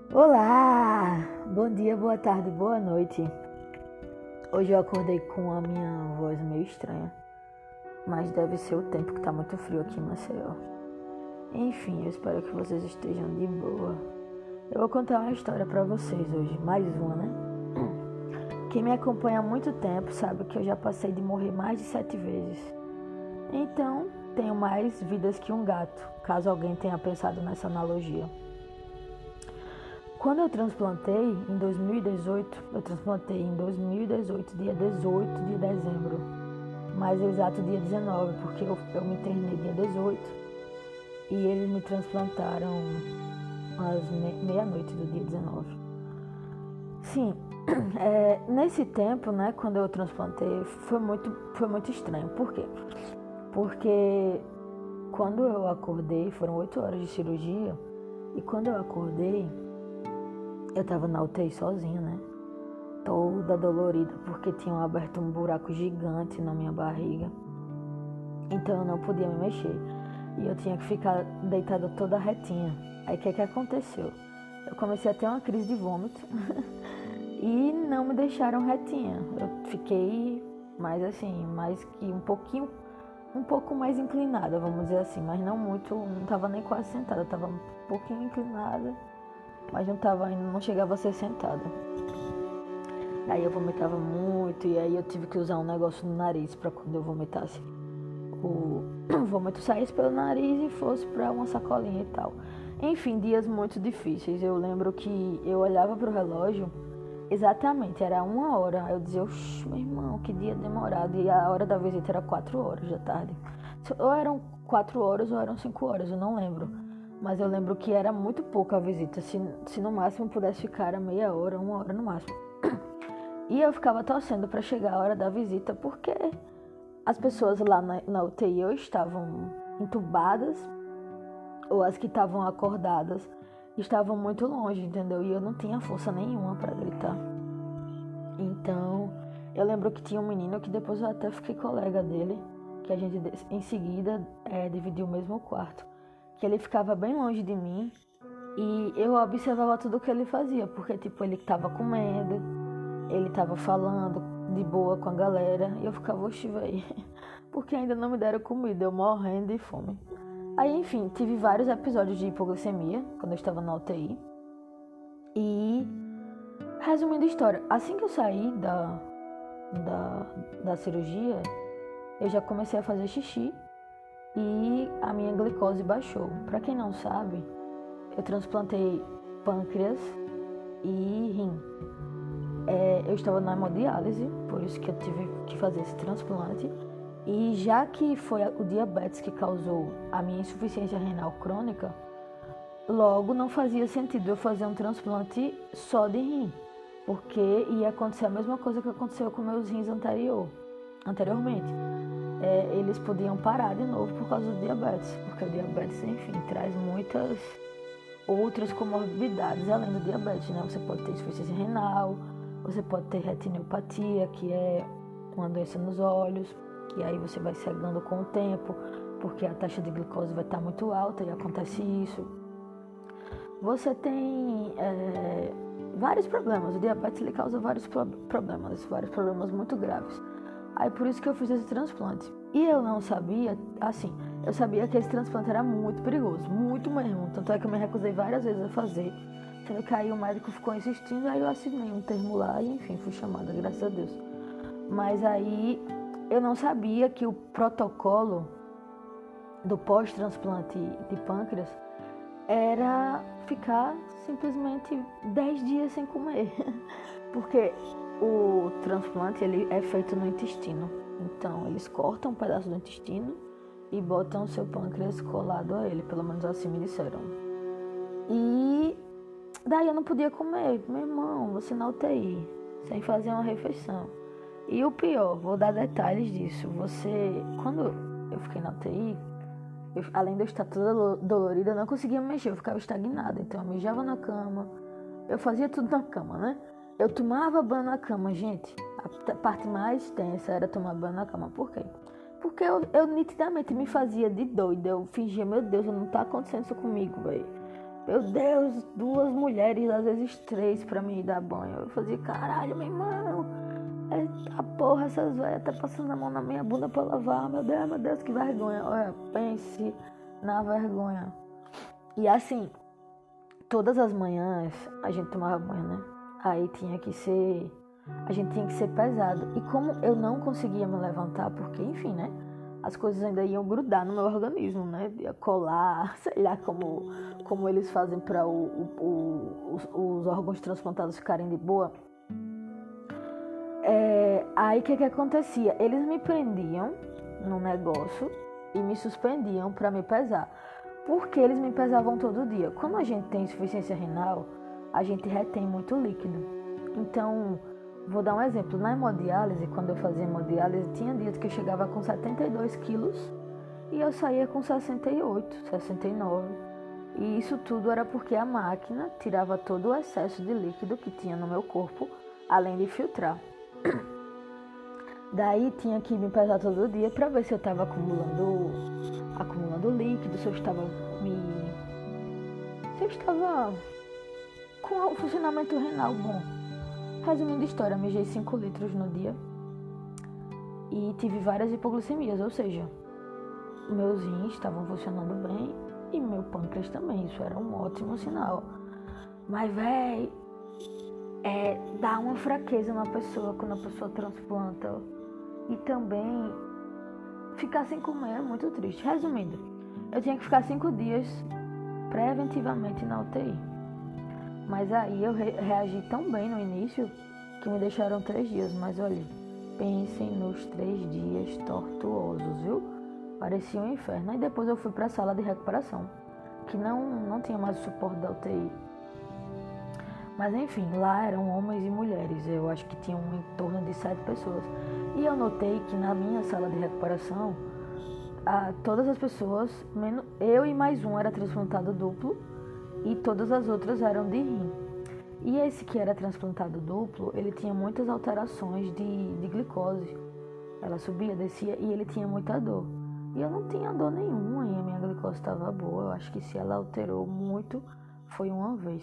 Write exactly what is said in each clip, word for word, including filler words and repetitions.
Olá! Bom dia, boa tarde, boa noite. Hoje eu acordei com a minha voz meio estranha, mas deve ser o tempo que tá muito frio aqui em Maceió. Enfim, eu espero que vocês estejam de boa. Eu vou contar uma história pra vocês hoje, mais uma, né? Quem me acompanha há muito tempo sabe que eu já passei de morrer mais de sete vezes. Então, tenho mais vidas que um gato, caso alguém tenha pensado nessa analogia. Quando eu transplantei, em dois mil e dezoito, eu transplantei em dois mil e dezoito, dia dezoito de dezembro, mais exato dia dezenove, porque eu, eu me internei dia dezoito e eles me transplantaram às me- meia-noite do dia dezenove. Sim, é, nesse tempo, né, quando eu transplantei, foi muito, foi muito estranho. Por quê? Porque quando eu acordei, foram oito horas de cirurgia, e quando eu acordei, eu tava na U T I sozinha, né? Toda dolorida, porque tinham aberto um buraco gigante na minha barriga. Então eu não podia me mexer. E eu tinha que ficar deitada toda retinha. Aí o que que aconteceu? Eu comecei a ter uma crise de vômito e não me deixaram retinha. Eu fiquei mais assim, mais que um pouquinho, um pouco mais inclinada, vamos dizer assim. Mas não muito, não tava nem quase sentada. Eu tava um pouquinho inclinada, mas não tava ainda, não chegava a ser sentada. Aí eu vomitava muito e aí eu tive que usar um negócio no nariz pra quando eu vomitasse, o vômito saísse pelo nariz e fosse pra uma sacolinha e tal. Enfim, dias muito difíceis. Eu lembro que eu olhava pro relógio, exatamente, era uma hora. Aí eu dizia, oxe, meu irmão, que dia demorado. E a hora da visita era quatro horas da tarde. Ou eram quatro horas ou eram cinco horas, eu não lembro. Mas eu lembro que era muito pouco a visita. Se, se no máximo pudesse ficar era meia hora, uma hora no máximo. E eu ficava torcendo para chegar a hora da visita, porque as pessoas lá na, na U T I ou estavam entubadas, ou as que estavam acordadas estavam muito longe, entendeu? E eu não tinha força nenhuma para gritar. Então, eu lembro que tinha um menino que depois eu até fiquei colega dele, que a gente em seguida é, dividiu o mesmo quarto, que ele ficava bem longe de mim e eu observava tudo o que ele fazia, porque tipo, ele tava comendo, ele tava falando de boa com a galera e eu ficava, oxe, véi, porque ainda não me deram comida, eu morrendo de fome. Aí, enfim, tive vários episódios de hipoglicemia quando eu estava na U T I. E, resumindo a história, assim que eu saí da, da, da cirurgia, eu já comecei a fazer xixi e a minha glicose baixou. Pra quem não sabe, eu transplantei pâncreas e rim. É, eu estava na hemodiálise, por isso que eu tive que fazer esse transplante. E já que foi o diabetes que causou a minha insuficiência renal crônica, logo não fazia sentido eu fazer um transplante só de rim, porque ia acontecer a mesma coisa que aconteceu com meus rins anterior, anteriormente. É, eles podiam parar de novo por causa do diabetes, porque o diabetes, enfim, traz muitas outras comorbidades além do diabetes, né? Você pode ter insuficiência renal, você pode ter retinopatia, que é uma doença nos olhos, que aí você vai cegando com o tempo, porque a taxa de glicose vai estar muito alta e acontece isso. Você tem é, vários problemas, o diabetes ele causa vários pro- problemas, vários problemas muito graves. Aí por isso que eu fiz esse transplante. E eu não sabia, assim, eu sabia que esse transplante era muito perigoso, muito mesmo. Tanto é que eu me recusei várias vezes a fazer. Sendo que aí o médico ficou insistindo, aí eu assinei um termo lá e enfim, fui chamada, graças a Deus. Mas aí eu não sabia que o protocolo do pós-transplante de pâncreas era ficar simplesmente dez dias sem comer. Porque o transplante ele é feito no intestino. Então eles cortam um pedaço do intestino e botam o seu pâncreas colado a ele, pelo menos assim me disseram. E daí eu não podia comer, meu irmão, você na U T I, sem fazer uma refeição. E o pior, vou dar detalhes disso. Você, quando eu fiquei na U T I, eu, além de eu estar toda dolorida, eu não conseguia me mexer, eu ficava estagnada. Então eu mijava na cama, eu fazia tudo na cama, né? Eu tomava banho na cama, gente. A parte mais tensa era tomar banho na cama. Por quê? Porque eu, eu nitidamente me fazia de doida. Eu fingia, meu Deus, não tá acontecendo isso comigo, velho. Meu Deus, duas mulheres, às vezes três pra me dar banho. Eu fazia, caralho, meu irmão, eita porra, essas velhas tá passando a mão na minha bunda pra lavar. Meu Deus, meu Deus, que vergonha. Olha, pense na vergonha. E assim, todas as manhãs a gente tomava banho, né? Aí tinha que ser, a gente tinha que ser pesado. E como eu não conseguia me levantar, porque enfim, né? As coisas ainda iam grudar no meu organismo, né? Ia colar, sei lá como, como eles fazem para o, o, o, os, os órgãos transplantados ficarem de boa. É, aí o que que acontecia? Eles me prendiam no negócio e me suspendiam para me pesar. Porque eles me pesavam todo dia. Quando a gente tem insuficiência renal, a gente retém muito líquido. Então, vou dar um exemplo. Na hemodiálise, quando eu fazia hemodiálise, tinha dias que eu chegava com setenta e dois quilos e eu saía com sessenta e oito, sessenta e nove. E isso tudo era porque a máquina tirava todo o excesso de líquido que tinha no meu corpo, além de filtrar. Daí tinha que me pesar todo dia para ver se eu estava acumulando, acumulando líquido, se eu estava me, se eu estava com o funcionamento renal bom. Resumindo a história, mijei cinco litros no dia e tive várias hipoglicemias, ou seja, meus rins estavam funcionando bem e meu pâncreas também. Isso era um ótimo sinal. Mas, véi, é, dá uma fraqueza na pessoa quando a pessoa transplanta. E também ficar sem comer é muito triste. Resumindo, eu tinha que ficar cinco dias preventivamente na U T I. Mas aí eu re- reagi tão bem no início que me deixaram três dias. Mas olha, pensem nos três dias tortuosos, viu? Parecia um inferno. Aí depois eu fui para a sala de recuperação, que não, não tinha mais o suporte da U T I. Mas enfim, lá eram homens e mulheres. Eu acho que tinham em torno de sete pessoas. E eu notei que na minha sala de recuperação, a, todas as pessoas, menos eu e mais um, era transplantado duplo e todas as outras eram de rim. E esse que era transplantado duplo, ele tinha muitas alterações de, de glicose. Ela subia, descia e ele tinha muita dor. E eu não tinha dor nenhuma e a minha glicose estava boa. Eu acho que se ela alterou muito, foi uma vez.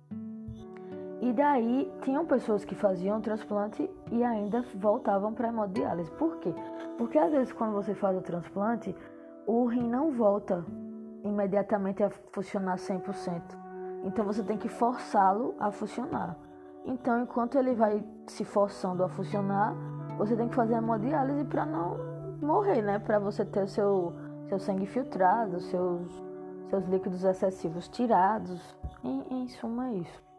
E daí, tinham pessoas que faziam transplante e ainda voltavam para a hemodiálise. Por quê? Porque às vezes quando você faz o transplante, o rim não volta imediatamente a funcionar cem por cento. Então você tem que forçá-lo a funcionar. Então, enquanto ele vai se forçando a funcionar, você tem que fazer a hemodiálise para não morrer, né? Para você ter o seu, seu sangue filtrado, seus, seus líquidos excessivos tirados. Em, em suma, é isso.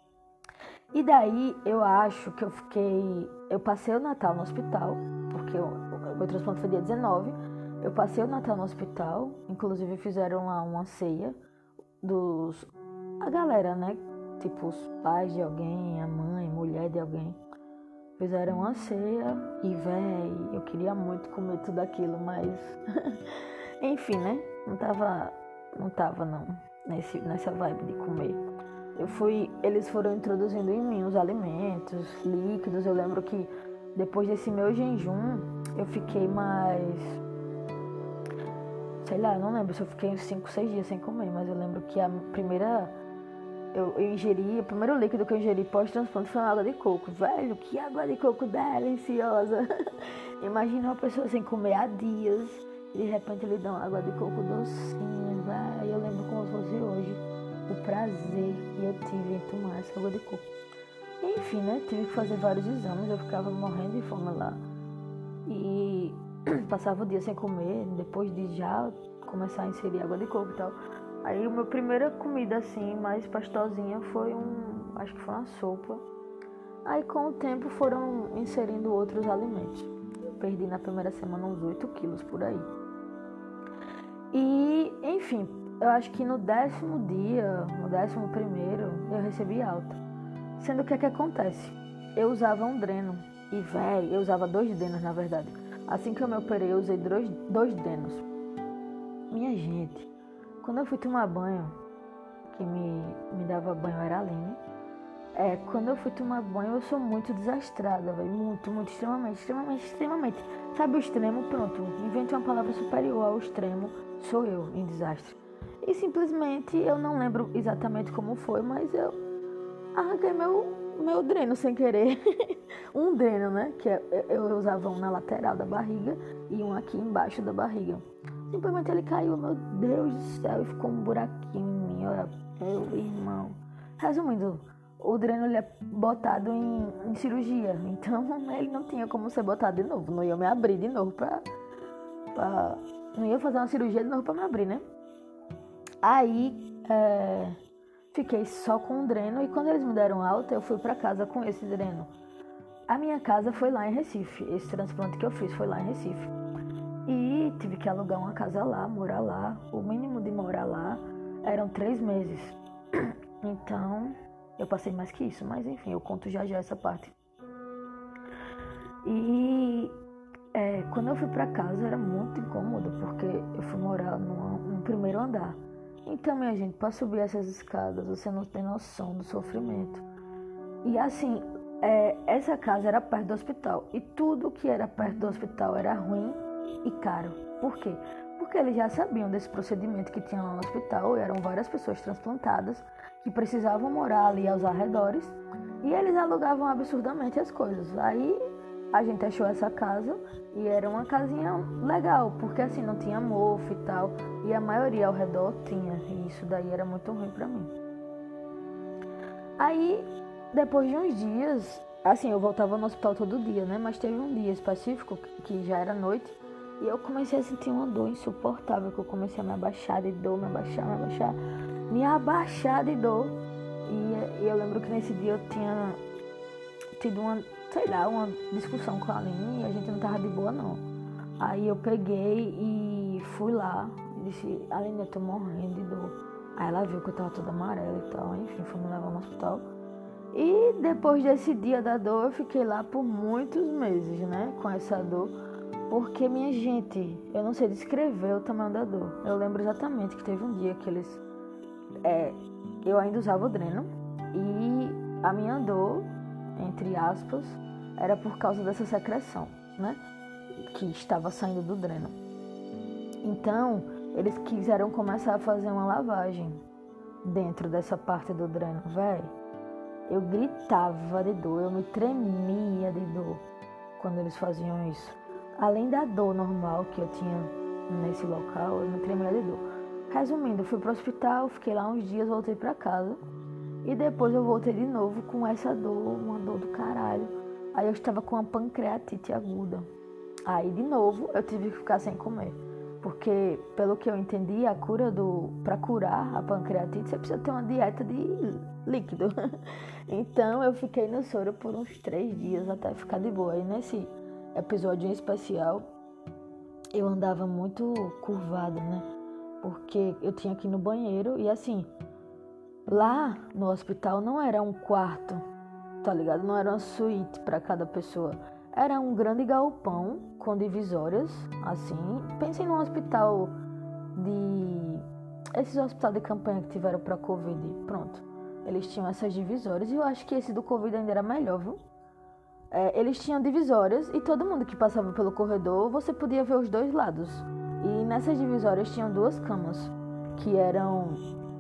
E daí eu acho que eu fiquei. Eu passei o Natal no hospital, porque o meu transplante foi dia dezenove. Eu passei o Natal no hospital, inclusive fizeram lá uma ceia dos. A galera, né? Tipo os pais de alguém, a mãe, mulher de alguém. Fizeram uma ceia e, véi, eu queria muito comer tudo aquilo, mas. Enfim, né? Não tava. Não tava não, nesse, nessa vibe de comer. Eu fui, eles foram introduzindo em mim os alimentos, líquidos. Eu lembro que depois desse meu jejum, eu fiquei mais, sei lá, eu não lembro se eu fiquei uns cinco, seis dias sem comer, mas eu lembro que a primeira, eu, eu ingeri, o primeiro líquido que eu ingeri pós-transplante foi uma água de coco. Velho, que água de coco deliciosa! Imagina uma pessoa sem comer há dias e de repente lhe dão água de coco docinha, velho. Eu lembro como se fosse hoje o prazer que eu tive em tomar essa água de coco. Enfim, né? Tive que fazer vários exames, eu ficava morrendo de fome lá. E passava o dia sem comer, depois de já começar a inserir água de coco e tal. Aí a minha primeira comida assim, mais pastosinha, foi um, acho que foi uma sopa. Aí com o tempo foram inserindo outros alimentos. Eu perdi na primeira semana uns oito quilos por aí. E, enfim, eu acho que no décimo dia, no décimo primeiro, eu recebi alta. Sendo que o que acontece? Eu usava um dreno. E, véi, eu usava dois drenos, na verdade. Assim que eu me operei, eu usei dois, dois drenos. Minha gente, quando eu fui tomar banho, que me, me dava banho era a Aline. É, quando eu fui tomar banho, eu sou muito desastrada, véi. Muito, muito, extremamente, extremamente, extremamente. Sabe o extremo? Pronto, invente uma palavra superior ao extremo. Sou eu, em desastre. E simplesmente, eu não lembro exatamente como foi, mas eu arranquei meu, meu dreno sem querer. Um dreno, né? Que eu usava um na lateral da barriga e um aqui embaixo da barriga. Simplesmente ele caiu, meu Deus do céu, e ficou um buraquinho em mim. Olha, meu irmão. Resumindo, o dreno ele é botado em, em cirurgia, então ele não tinha como ser botado de novo. Não ia me abrir de novo pra, pra... Não ia fazer uma cirurgia de novo pra me abrir, né? Aí, é, fiquei só com o dreno e quando eles me deram alta, eu fui pra casa com esse dreno. A minha casa foi lá em Recife, esse transplante que eu fiz foi lá em Recife. E tive que alugar uma casa lá, morar lá. O mínimo de morar lá eram três meses. Então, eu passei mais que isso, mas enfim, eu conto já já essa parte. E é, quando eu fui pra casa era muito incômodo, porque eu fui morar no, no primeiro andar. Então, minha gente, para subir essas escadas, você não tem noção do sofrimento. E assim, é, essa casa era perto do hospital. E tudo que era perto do hospital era ruim e caro. Por quê? Porque eles já sabiam desse procedimento que tinha lá no hospital. E eram várias pessoas transplantadas que precisavam morar ali aos arredores. E eles alugavam absurdamente as coisas. Aí a gente achou essa casa e era uma casinha legal, porque assim não tinha mofo e tal, e a maioria ao redor tinha, e isso daí era muito ruim pra mim. Aí, depois de uns dias, assim, eu voltava no hospital todo dia, né, mas teve um dia específico, que já era noite, e eu comecei a sentir uma dor insuportável, que eu comecei a me abaixar de dor, me abaixar, me abaixar, me abaixar de dor, e, e eu lembro que nesse dia eu tinha tido uma, sei lá, uma discussão com a Aline e a gente não tava de boa não. Aí eu peguei e fui lá e disse, Aline, eu tô morrendo de dor. Aí ela viu que eu tava toda amarela e tal, enfim, foi me levar no hospital. E depois desse dia da dor, eu fiquei lá por muitos meses, né, com essa dor. Porque, minha gente, eu não sei descrever o tamanho da dor. Eu lembro exatamente que teve um dia que eles... É, eu ainda usava o dreno e a minha dor, entre aspas, era por causa dessa secreção, né, que estava saindo do dreno. Então, eles quiseram começar a fazer uma lavagem dentro dessa parte do dreno, velho. Eu gritava de dor, eu me tremia de dor quando eles faziam isso. Além da dor normal que eu tinha nesse local, eu me tremia de dor. Resumindo, eu fui pro hospital, fiquei lá uns dias, voltei pra casa. E depois eu voltei de novo com essa dor, uma dor do caralho. Aí eu estava com uma pancreatite aguda. Aí de novo eu tive que ficar sem comer. Porque, pelo que eu entendi, a cura do... Pra curar a pancreatite, você precisa ter uma dieta de líquido. Então eu fiquei no soro por uns três dias até ficar de boa. E nesse episódio em especial, eu andava muito curvada, né? Porque eu tinha que ir no banheiro e assim... Lá no hospital não era um quarto, tá ligado? Não era uma suíte para cada pessoa. Era um grande galpão com divisórias, assim. Pensem num hospital de... Esses hospitais de campanha que tiveram pra Covid, pronto. Eles tinham essas divisórias e eu acho que esse do Covid ainda era melhor, viu? É, eles tinham divisórias e todo mundo que passava pelo corredor, você podia ver os dois lados. E nessas divisórias tinham duas camas, que eram...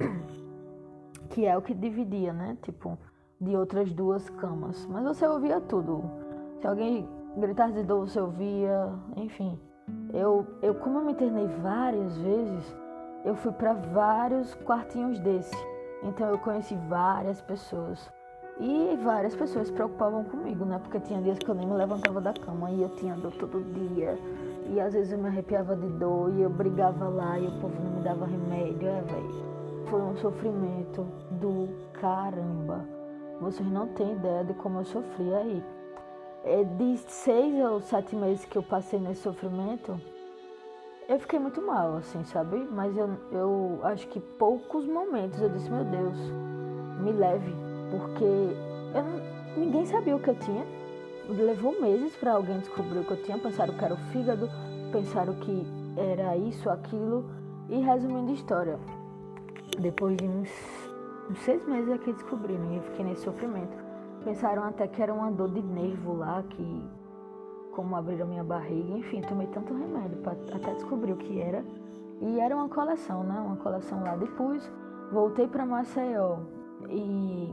que é o que dividia, né, tipo, de outras duas camas. Mas você ouvia tudo. Se alguém gritasse de dor, você ouvia, enfim. Eu, eu como eu me internei várias vezes, eu fui para vários quartinhos desse. Então eu conheci várias pessoas. E várias pessoas se preocupavam comigo, né, porque tinha dias que eu nem me levantava da cama e eu tinha dor todo dia. E às vezes eu me arrepiava de dor e eu brigava lá e o povo não me dava remédio, é, velho. Foi um sofrimento do caramba. Vocês não têm ideia de como eu sofri aí. É de seis ou sete meses que eu passei nesse sofrimento, eu fiquei muito mal, assim, sabe? Mas eu, eu acho que poucos momentos eu disse, meu Deus, me leve. Porque eu não, ninguém sabia o que eu tinha. Levou meses para alguém descobrir o que eu tinha. Pensaram que era o fígado, pensaram que era isso, aquilo. E resumindo a história, depois de uns, uns seis meses é que descobriram, e eu fiquei nesse sofrimento. Pensaram até que era uma dor de nervo lá, que como abriram minha barriga, enfim, tomei tanto remédio para até descobrir o que era. E era uma coleção, né? Uma coleção lá. Depois voltei para Maceió e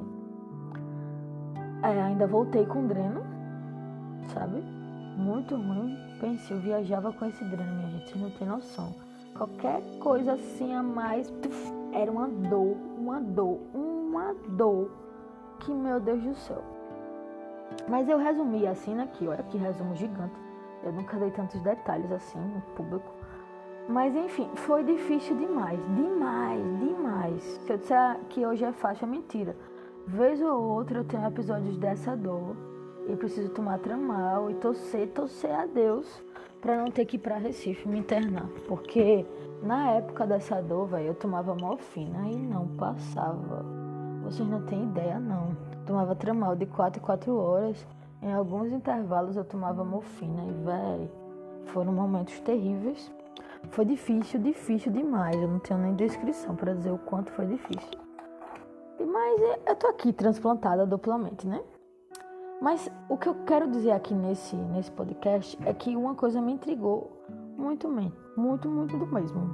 é, ainda voltei com dreno, sabe? Muito ruim. Pensei, eu viajava com esse dreno, minha gente, vocês não tem noção. Qualquer coisa assim a mais, tuf, era uma dor, uma dor, uma dor. Que, meu Deus do céu. Mas eu resumi assim aqui, olha que resumo gigante. Eu nunca dei tantos detalhes assim no público. Mas enfim, foi difícil demais, demais, demais. Se eu disser que hoje é fácil, é mentira. Vez ou outra eu tenho episódios dessa dor e preciso tomar tramal e torcer, torcer a Deus pra não ter que ir pra Recife me internar. Porque na época dessa dor, velho, eu tomava morfina e não passava. Vocês não têm ideia, não. Eu tomava tramal de quatro em quatro horas. Em alguns intervalos eu tomava morfina e, velho, foram momentos terríveis. Foi difícil, difícil demais. Eu não tenho nem descrição para dizer o quanto foi difícil. Mas eu tô aqui transplantada duplamente, né? Mas o que eu quero dizer aqui nesse, nesse podcast é que uma coisa me intrigou muito, muito, muito do mesmo.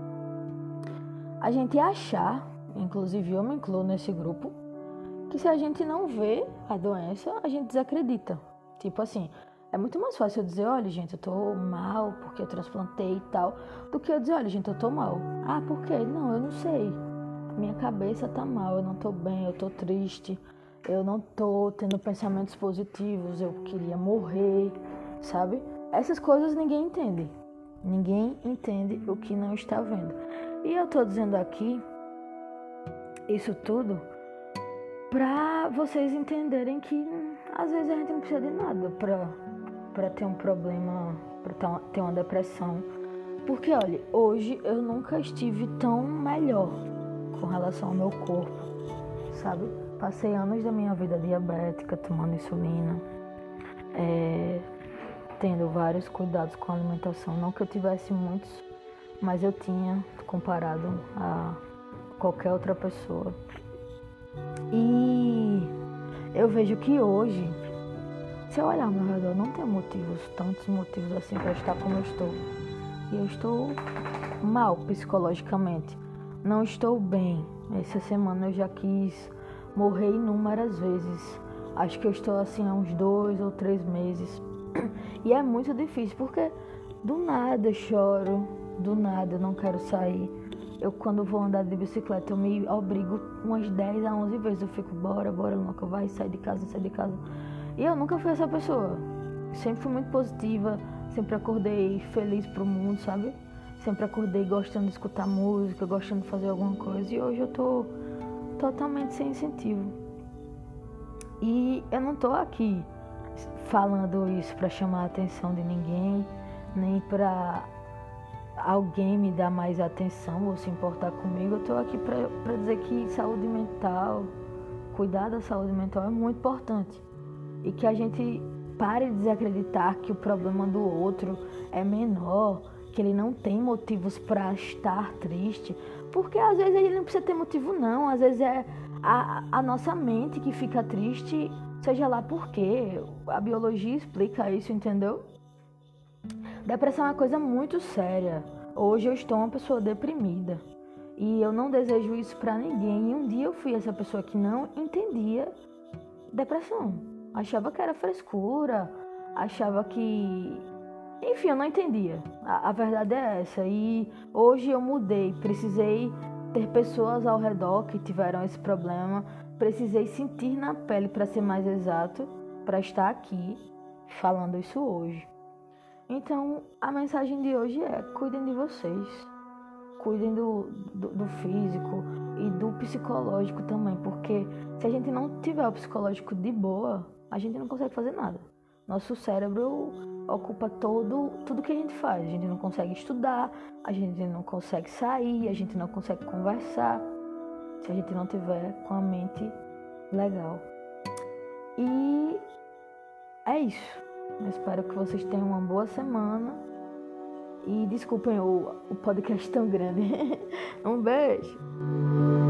A gente achar, inclusive eu me incluo nesse grupo, que se a gente não vê a doença, a gente desacredita. Tipo assim, é muito mais fácil eu dizer, olha, gente, eu tô mal porque eu transplantei e tal, do que eu dizer, olha, gente, eu tô mal. Ah, por quê? Não, eu não sei. Minha cabeça tá mal, eu não tô bem, eu tô triste, eu não tô tendo pensamentos positivos, eu queria morrer, sabe? Essas coisas ninguém entende. Ninguém entende o que não está vendo. E eu tô dizendo aqui isso tudo pra vocês entenderem que às vezes a gente não precisa de nada pra, pra ter um problema, pra ter uma depressão. Porque, olha, hoje eu nunca estive tão melhor com relação ao meu corpo, sabe? Passei anos da minha vida diabética, tomando insulina, é, tendo vários cuidados com a alimentação. Não que eu tivesse muitos, mas eu tinha comparado a qualquer outra pessoa. E eu vejo que hoje, se eu olhar ao meu redor, não tem motivos, tantos motivos assim para estar como eu estou. E eu estou mal psicologicamente. Não estou bem. Essa semana eu já quis morrer inúmeras vezes. Acho que eu estou assim há uns dois ou três meses. E é muito difícil, porque do nada eu choro, do nada eu não quero sair. Eu, quando vou andar de bicicleta, eu me obrigo umas dez a onze vezes. Eu fico, bora, bora, nunca vai, sai de casa, sai de casa. E eu nunca fui essa pessoa. Sempre fui muito positiva, sempre acordei feliz pro mundo, sabe? Sempre acordei gostando de escutar música, gostando de fazer alguma coisa. E hoje eu tô totalmente sem incentivo. E eu não tô aqui falando isso pra chamar a atenção de ninguém, nem pra alguém me dar mais atenção ou se importar comigo. Eu tô aqui pra, pra dizer que saúde mental, cuidar da saúde mental é muito importante. E que a gente pare de desacreditar que o problema do outro é menor, que ele não tem motivos para estar triste, porque às vezes ele não precisa ter motivo não, às vezes é a, a nossa mente que fica triste, seja lá por quê. A biologia explica isso, entendeu? Depressão é uma coisa muito séria. Hoje eu estou uma pessoa deprimida e eu não desejo isso para ninguém. E um dia eu fui essa pessoa que não entendia depressão, achava que era frescura, achava que... Enfim, eu não entendia. A, a verdade é essa. E hoje eu mudei. Precisei ter pessoas ao redor que tiveram esse problema. Precisei sentir na pele, para ser mais exato, para estar aqui falando isso hoje. Então, a mensagem de hoje é: cuidem de vocês. Cuidem do, do, do físico e do psicológico também. Porque se a gente não tiver o psicológico de boa, a gente não consegue fazer nada. Nosso cérebro ocupa todo, tudo que a gente faz. A gente não consegue estudar, a gente não consegue sair, a gente não consegue conversar, se a gente não tiver com a mente legal. E é isso. Eu espero que vocês tenham uma boa semana. E desculpem o, o podcast tão grande. Um beijo!